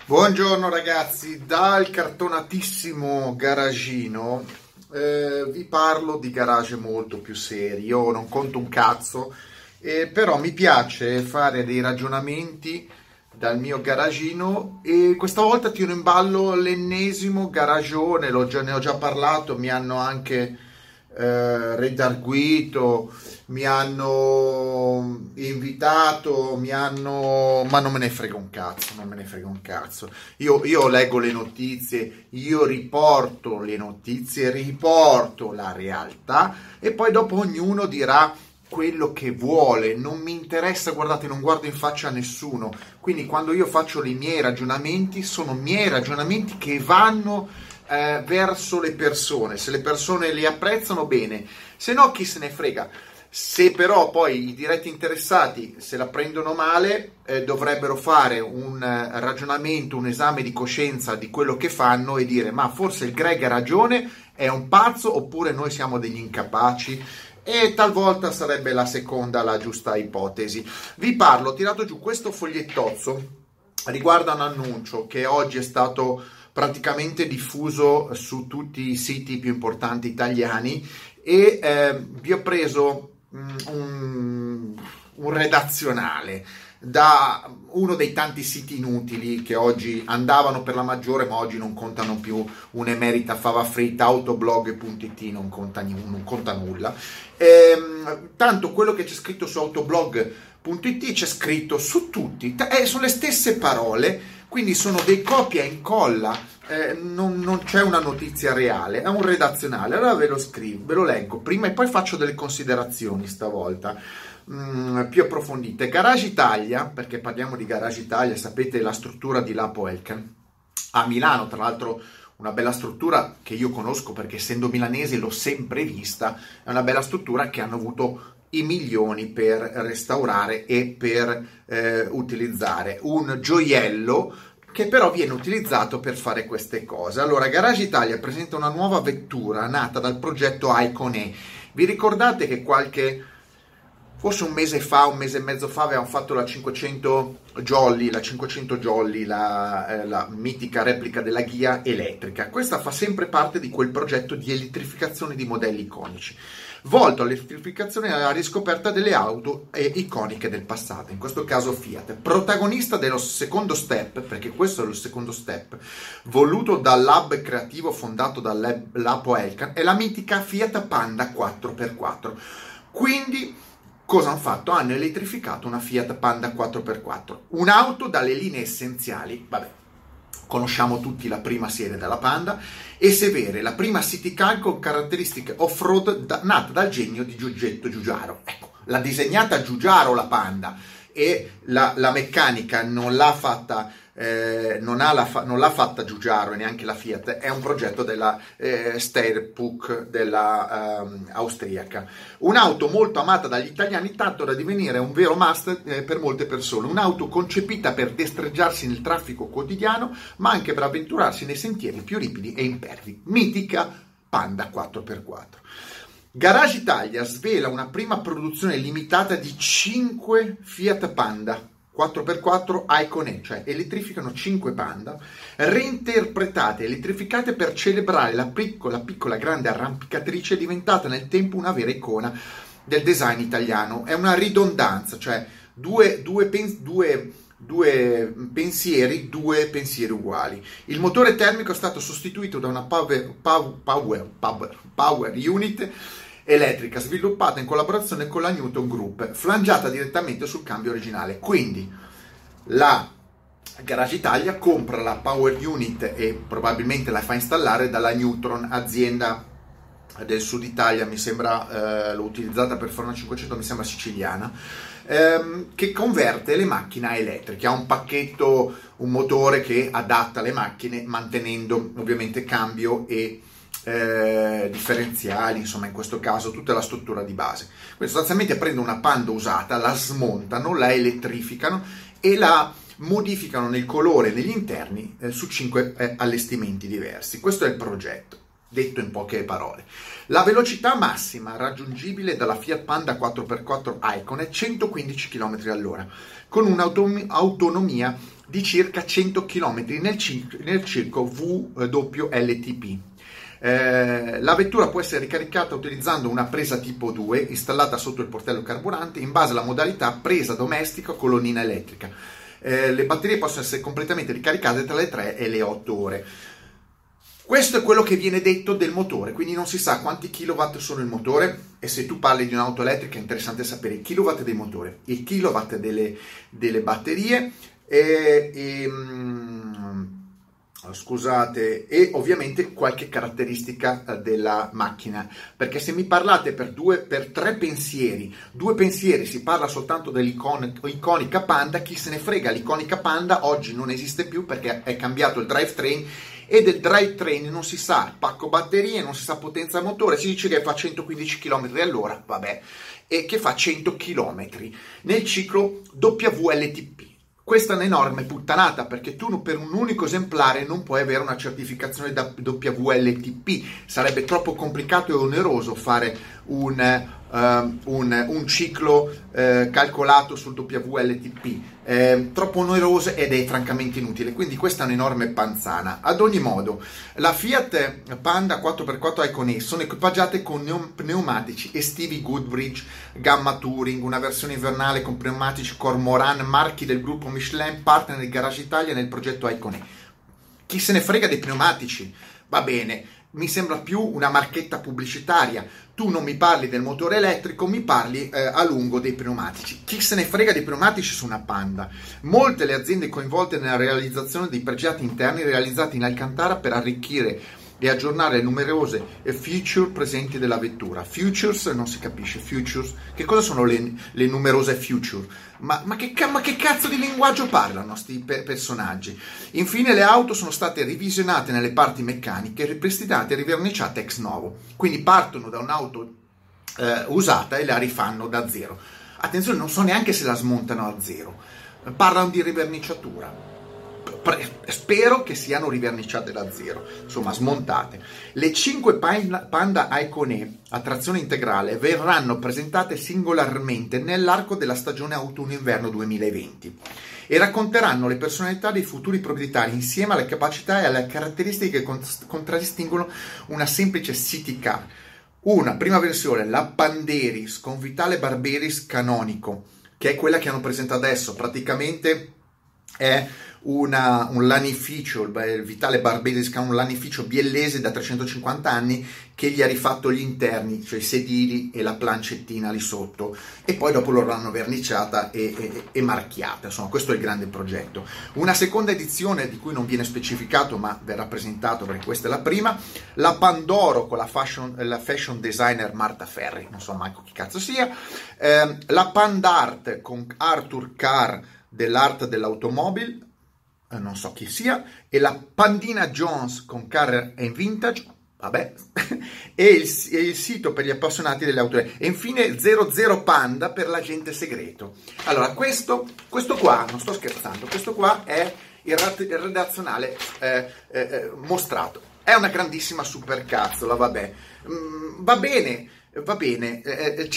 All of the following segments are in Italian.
Buongiorno ragazzi, dal cartonatissimo garagino vi parlo di garage molto più seri. Io non conto un cazzo, però mi piace fare dei ragionamenti dal mio garagino e questa volta tiro in ballo l'ennesimo garagione, ne ho già parlato, mi hanno anche redarguito, mi hanno invitato, ma non me ne frega un cazzo, non me ne frega un cazzo. Io leggo le notizie, io riporto le notizie, riporto la realtà e poi dopo ognuno dirà quello che vuole. Non mi interessa, guardate, non guardo in faccia a nessuno, quindi quando io faccio i miei ragionamenti sono miei ragionamenti che vanno verso le persone. Se le persone li apprezzano, bene, se no chi se ne frega. Se però poi i diretti interessati se la prendono male, dovrebbero fare un ragionamento, un esame di coscienza di quello che fanno e dire: ma forse il Greg ha ragione, è un pazzo, oppure noi siamo degli incapaci. E talvolta sarebbe la seconda la giusta ipotesi. Vi parlo, ho tirato giù questo fogliettozzo, riguarda un annuncio che oggi è stato praticamente diffuso su tutti i siti più importanti italiani e vi ho preso un redazionale da uno dei tanti siti inutili che oggi andavano per la maggiore, ma oggi non contano più. Un'emerita fava fritta, autoblog.it non conta nulla. Tanto quello che c'è scritto su autoblog.it c'è scritto su tutti, sono le stesse parole, quindi sono dei copia e incolla, non c'è una notizia reale, è un redazionale. Allora ve lo scrivo, ve lo leggo prima e poi faccio delle considerazioni stavolta più approfondite. Garage Italia, perché parliamo di Garage Italia, sapete la struttura di Lapo Elkan a Milano, tra l'altro una bella struttura che io conosco perché essendo milanese l'ho sempre vista, è una bella struttura che hanno avuto i milioni per restaurare e per utilizzare. Un gioiello che però viene utilizzato per fare queste cose. Allora, Garage Italia presenta una nuova vettura nata dal progetto Icon E. Vi ricordate che forse un mese e mezzo fa avevamo fatto la 500 Jolly, la mitica replica della Ghia elettrica. Questa fa sempre parte di quel progetto di elettrificazione di modelli iconici, volto all'elettrificazione e alla riscoperta delle auto iconiche del passato, in questo caso Fiat. Protagonista dello secondo step, perché questo è il secondo step, voluto dal lab creativo fondato dal Lapo Elkan, è la mitica Fiat Panda 4x4. Quindi cosa hanno fatto? Hanno elettrificato una Fiat Panda 4x4, un'auto dalle linee essenziali, vabbè, conosciamo tutti la prima serie della Panda, e severe, la prima city car con caratteristiche off-road nata dal genio di Giugetto Giugiaro. Ecco, l'ha disegnata Giugiaro la Panda e la meccanica non l'ha fatta Giugiaro e neanche la Fiat, è un progetto della Steyr-Puch, della austriaca. Un'auto molto amata dagli italiani, tanto da divenire un vero must per molte persone. Un'auto concepita per destreggiarsi nel traffico quotidiano, ma anche per avventurarsi nei sentieri più ripidi e impervi. Mitica Panda 4x4. Garage Italia svela una prima produzione limitata di 5 Fiat Panda 4x4 Icon E, cioè elettrificano 5 Panda, reinterpretate, elettrificate per celebrare la piccola grande arrampicatrice diventata nel tempo una vera icona del design italiano. È una ridondanza, cioè due pensieri uguali. Il motore termico è stato sostituito da una power unit elettrica sviluppata in collaborazione con la Newton Group, flangiata direttamente sul cambio originale. Quindi la Garage Italia compra la power unit e probabilmente la fa installare dalla Newton, azienda del sud Italia, mi sembra l'ho utilizzata per fare una 500, mi sembra siciliana, che converte le macchine a elettriche. Ha un pacchetto, un motore che adatta le macchine mantenendo ovviamente cambio e differenziali, insomma in questo caso tutta la struttura di base. Quindi sostanzialmente prendono una Panda usata, la smontano, la elettrificano e la modificano nel colore e negli interni su 5 allestimenti diversi. Questo è il progetto. detto in poche parole. La velocità massima raggiungibile dalla Fiat Panda 4x4 Icon è 115 km all'ora, con un'autonomia di circa 100 km nel circo VWLTP. La vettura può essere ricaricata utilizzando una presa tipo 2 installata sotto il portello carburante in base alla modalità presa domestica o colonnina elettrica. Le batterie possono essere completamente ricaricate tra le 3 e le 8 ore. Questo è quello che viene detto del motore, quindi non si sa quanti kilowatt sono il motore, e se tu parli di un'auto elettrica è interessante sapere il kilowatt del motore, il kilowatt delle batterie scusate, e ovviamente qualche caratteristica della macchina, perché se mi parlate per tre pensieri, due pensieri si parla soltanto dell'iconica Panda, chi se ne frega, l'iconica Panda oggi non esiste più perché è cambiato il drivetrain, e del drivetrain non si sa pacco batterie, non si sa potenza motore, si dice che fa 115 km all'ora, vabbè, e che fa 100 km nel ciclo WLTP. Questa è un'enorme puttanata, perché tu per un unico esemplare non puoi avere una certificazione da WLTP, sarebbe troppo complicato e oneroso fare un ciclo calcolato sul WLTP, troppo oneroso ed è francamente inutile, quindi questa è un'enorme panzana. Ad ogni modo, la Fiat Panda 4x4 Icon E sono equipaggiate con pneumatici estivi Goodrich Gamma Touring, una versione invernale con pneumatici Cormoran, marchi del gruppo Michelin, partner del Garage Italia nel progetto Icon E. Chi se ne frega dei pneumatici? Va bene, mi sembra più una marchetta pubblicitaria. Tu non mi parli del motore elettrico, mi parli a lungo dei pneumatici. Chi se ne frega dei pneumatici su una Panda? Molte le aziende coinvolte nella realizzazione dei pregiati interni realizzati in Alcantara per arricchire e aggiornare le numerose feature presenti della vettura. Futures, non si capisce, futures, che cosa sono le numerose feature? Ma che cazzo di linguaggio parlano sti personaggi? Infine le auto sono state revisionate nelle parti meccaniche, ripristinate e riverniciate ex novo. Quindi partono da un'auto usata e la rifanno da zero. Attenzione, non so neanche se la smontano a zero. Parlano di riverniciatura. Spero che siano riverniciate da zero, insomma smontate. Le 5 Panda Icon E a trazione integrale verranno presentate singolarmente nell'arco della stagione autunno-inverno 2020 e racconteranno le personalità dei futuri proprietari insieme alle capacità e alle caratteristiche che contraddistinguono una semplice city car. Una prima versione, la Panderis con Vitale Barberis canonico, che è quella che hanno presentato adesso, praticamente è un lanificio, il Vitale Barberis che ha un lanificio biellese da 350 anni che gli ha rifatto gli interni, cioè i sedili e la plancettina lì sotto, e poi dopo lo l'hanno verniciata e marchiata. Insomma, questo è il grande progetto. Una seconda edizione di cui non viene specificato ma verrà presentato, perché questa è la prima, la Pandoro con la fashion designer Marta Ferri, non so manco chi cazzo sia, la Pandart con Arthur Carr dell'art dell'automobile, non so chi sia, e la Pandina Jones con Car and Vintage, vabbè, e il sito per gli appassionati delle auto, e infine 00 Panda per l'agente segreto. Allora, questo qua, non sto scherzando, questo qua è il redazionale mostrato. È una grandissima supercazzola, vabbè, va bene. C'è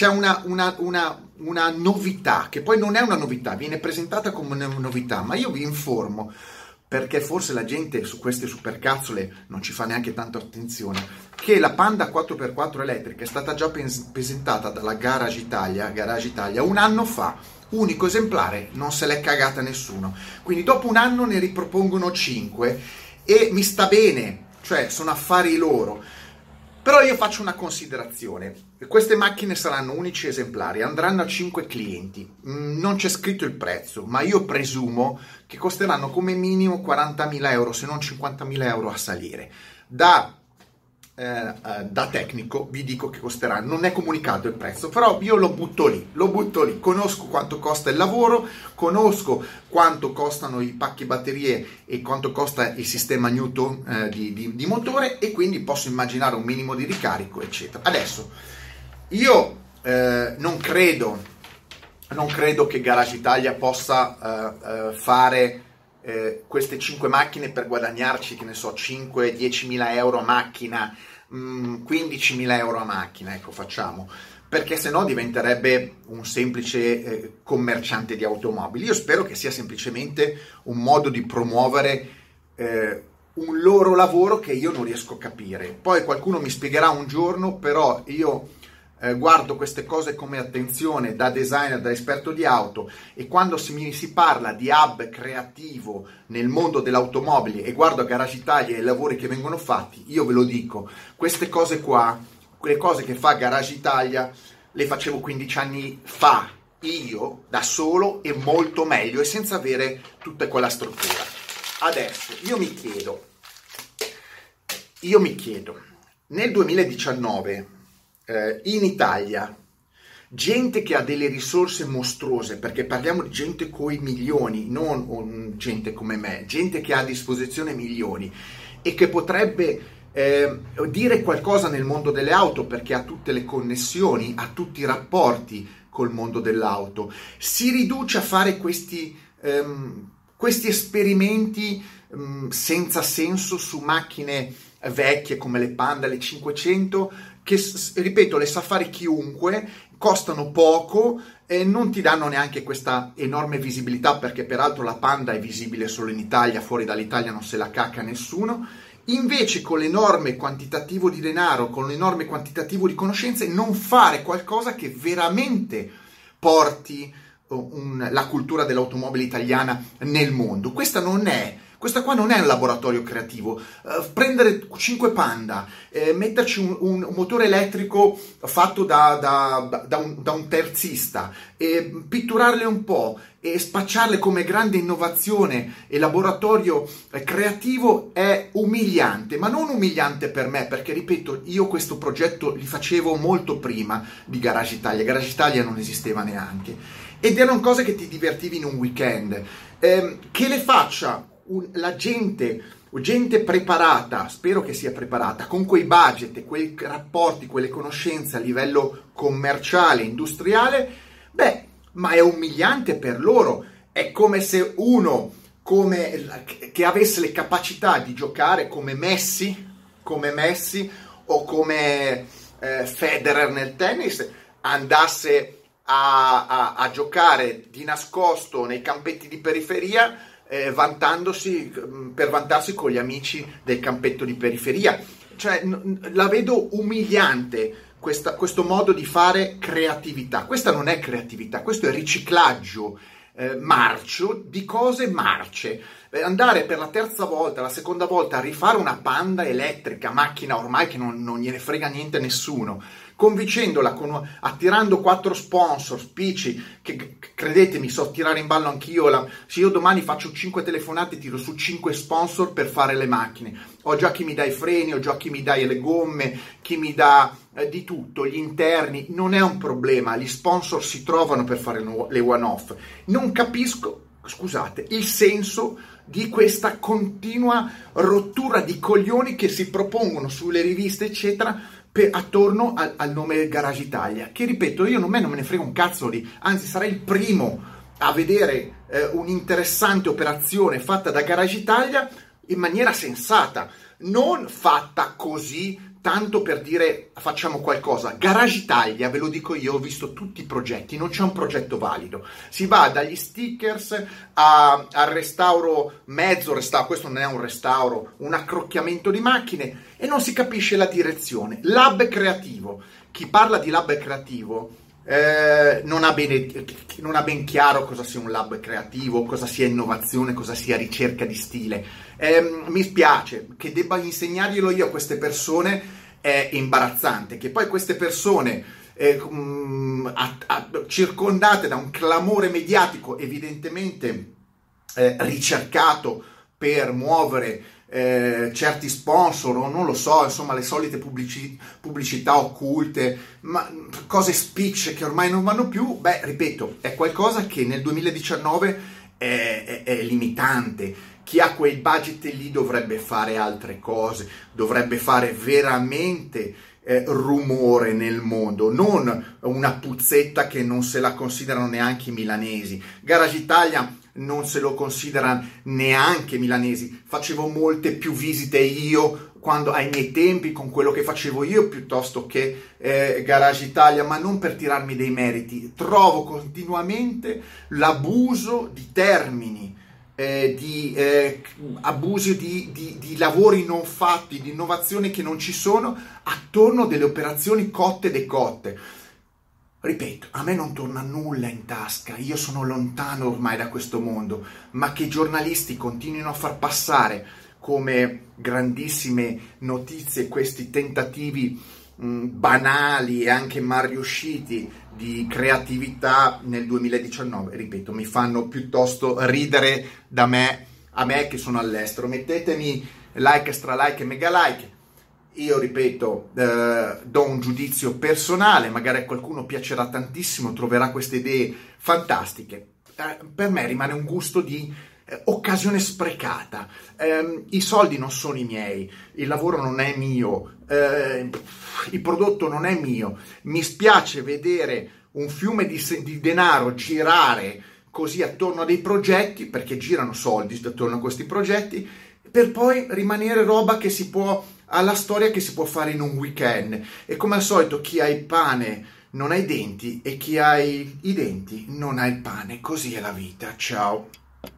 una novità, che poi non è una novità, viene presentata come una novità, ma io vi informo, perché forse la gente su queste supercazzole non ci fa neanche tanto attenzione, che la Panda 4x4 elettrica è stata già presentata dalla Garage Italia un anno fa, unico esemplare, non se l'è cagata nessuno, quindi dopo un anno ne ripropongono 5 e mi sta bene, cioè sono affari loro. Però io faccio una considerazione: queste macchine saranno unici esemplari, andranno a 5 clienti, non c'è scritto il prezzo, ma io presumo che costeranno come minimo 40.000 euro, se non 50.000 euro a salire. Da tecnico vi dico che costerà, non è comunicato il prezzo, però io lo butto lì, conosco quanto costa il lavoro, conosco quanto costano i pacchi batterie e quanto costa il sistema Newton di motore, e quindi posso immaginare un minimo di ricarico eccetera. Adesso io non credo che Garage Italia possa fare queste 5 macchine per guadagnarci, che ne so, 5-10.000 euro a macchina 15.000 euro a macchina, ecco, facciamo, perché sennò diventerebbe un semplice commerciante di automobili. Io spero che sia semplicemente un modo di promuovere un loro lavoro che io non riesco a capire. Poi qualcuno mi spiegherà un giorno, però io guardo queste cose come attenzione da designer, da esperto di auto, e quando si parla di hub creativo nel mondo dell'automobile e guardo a Garage Italia e i lavori che vengono fatti, io ve lo dico, queste cose qua, quelle cose che fa Garage Italia, le facevo 15 anni fa, io, da solo, e molto meglio, e senza avere tutta quella struttura. Adesso, io mi chiedo, nel 2019, in Italia, gente che ha delle risorse mostruose, perché parliamo di gente coi milioni, non gente come me, gente che ha a disposizione milioni e che potrebbe dire qualcosa nel mondo delle auto perché ha tutte le connessioni, ha tutti i rapporti col mondo dell'auto, si riduce a fare questi esperimenti senza senso su macchine vecchie come le Panda, le 500, che, ripeto, le sa fare chiunque, costano poco e non ti danno neanche questa enorme visibilità, perché peraltro la Panda è visibile solo in Italia, fuori dall'Italia non se la cacca nessuno. Invece con l'enorme quantitativo di denaro, con l'enorme quantitativo di conoscenze, non fare qualcosa che veramente porti la cultura dell'automobile italiana nel mondo. Questa qua non è un laboratorio creativo. Prendere 5 Panda, metterci un motore elettrico fatto da un terzista, pitturarle un po' e spacciarle come grande innovazione e laboratorio creativo è umiliante, ma non umiliante per me, perché ripeto, io questo progetto li facevo molto prima di Garage Italia. Garage Italia non esisteva neanche. Ed erano cose che ti divertivi in un weekend. Che le faccia la gente preparata, spero che sia preparata, con quei budget, quei rapporti, quelle conoscenze a livello commerciale, industriale, ma è umiliante per loro. È come se uno che avesse le capacità di giocare come Messi o come Federer nel tennis, andasse a giocare di nascosto nei campetti di periferia, per vantarsi con gli amici del campetto di periferia. Cioè, la vedo umiliante questo modo di fare creatività. Questa non è creatività, questo è riciclaggio marcio di cose marce. Andare per la terza volta, la seconda volta a rifare una Panda elettrica, macchina ormai che non gliene frega niente a nessuno, convincendola, attirando 4 sponsor, spicci, che credetemi, so tirare in ballo anch'io. Se io domani faccio 5 telefonate, tiro su 5 sponsor per fare le macchine. Ho già chi mi dà i freni, ho già chi mi dà le gomme, chi mi dà di tutto, gli interni. Non è un problema, gli sponsor si trovano per fare le one-off. Non capisco, scusate, il senso di questa continua rottura di coglioni che si propongono sulle riviste, eccetera, attorno al nome Garage Italia, che ripeto, io non me ne frega un cazzo lì, anzi sarei il primo a vedere un'interessante operazione fatta da Garage Italia in maniera sensata, non fatta così tanto per dire facciamo qualcosa. Garage Italia, ve lo dico io, ho visto tutti i progetti, non c'è un progetto valido. Si va dagli stickers al restauro, mezzo restauro, questo non è un restauro, un accrocchiamento di macchine, e non si capisce la direzione. Lab creativo. Chi parla di lab creativo non ha ben chiaro cosa sia un lab creativo, cosa sia innovazione, cosa sia ricerca di stile. Mi spiace che debba insegnarglielo io a queste persone, è imbarazzante che poi queste persone circondate da un clamore mediatico evidentemente ricercato per muovere certi sponsor, o non lo so, insomma le solite pubblicità occulte, ma cose spicce che ormai non vanno più. Ripeto, è qualcosa che nel 2019 è limitante. Chi ha quei budget lì dovrebbe fare altre cose, dovrebbe fare veramente rumore nel mondo, non una puzzetta che non se la considerano neanche i milanesi. Garage Italia non se lo considerano neanche i milanesi. Facevo molte più visite io quando ai miei tempi, con quello che facevo io, piuttosto che Garage Italia, ma non per tirarmi dei meriti. Trovo continuamente l'abuso di termini, abusi di lavori non fatti, di innovazioni che non ci sono, attorno delle operazioni cotte e decotte. Ripeto, a me non torna nulla in tasca, io sono lontano ormai da questo mondo, ma che i giornalisti continuino a far passare come grandissime notizie questi tentativi banali e anche mal riusciti di creatività nel 2019, ripeto, mi fanno piuttosto ridere a me che sono all'estero. Mettetemi like, extra like e mega like. Io, ripeto, do un giudizio personale, magari a qualcuno piacerà tantissimo, troverà queste idee fantastiche. Per me rimane un gusto di occasione sprecata. I soldi non sono i miei, il lavoro non è mio, il prodotto non è mio. Mi spiace vedere un fiume di denaro girare così attorno a dei progetti, perché girano soldi attorno a questi progetti, per poi rimanere roba che si può, alla storia che si può fare in un weekend. E come al solito, chi ha il pane non ha i denti, e chi ha i denti non ha il pane. Così è la vita. Ciao.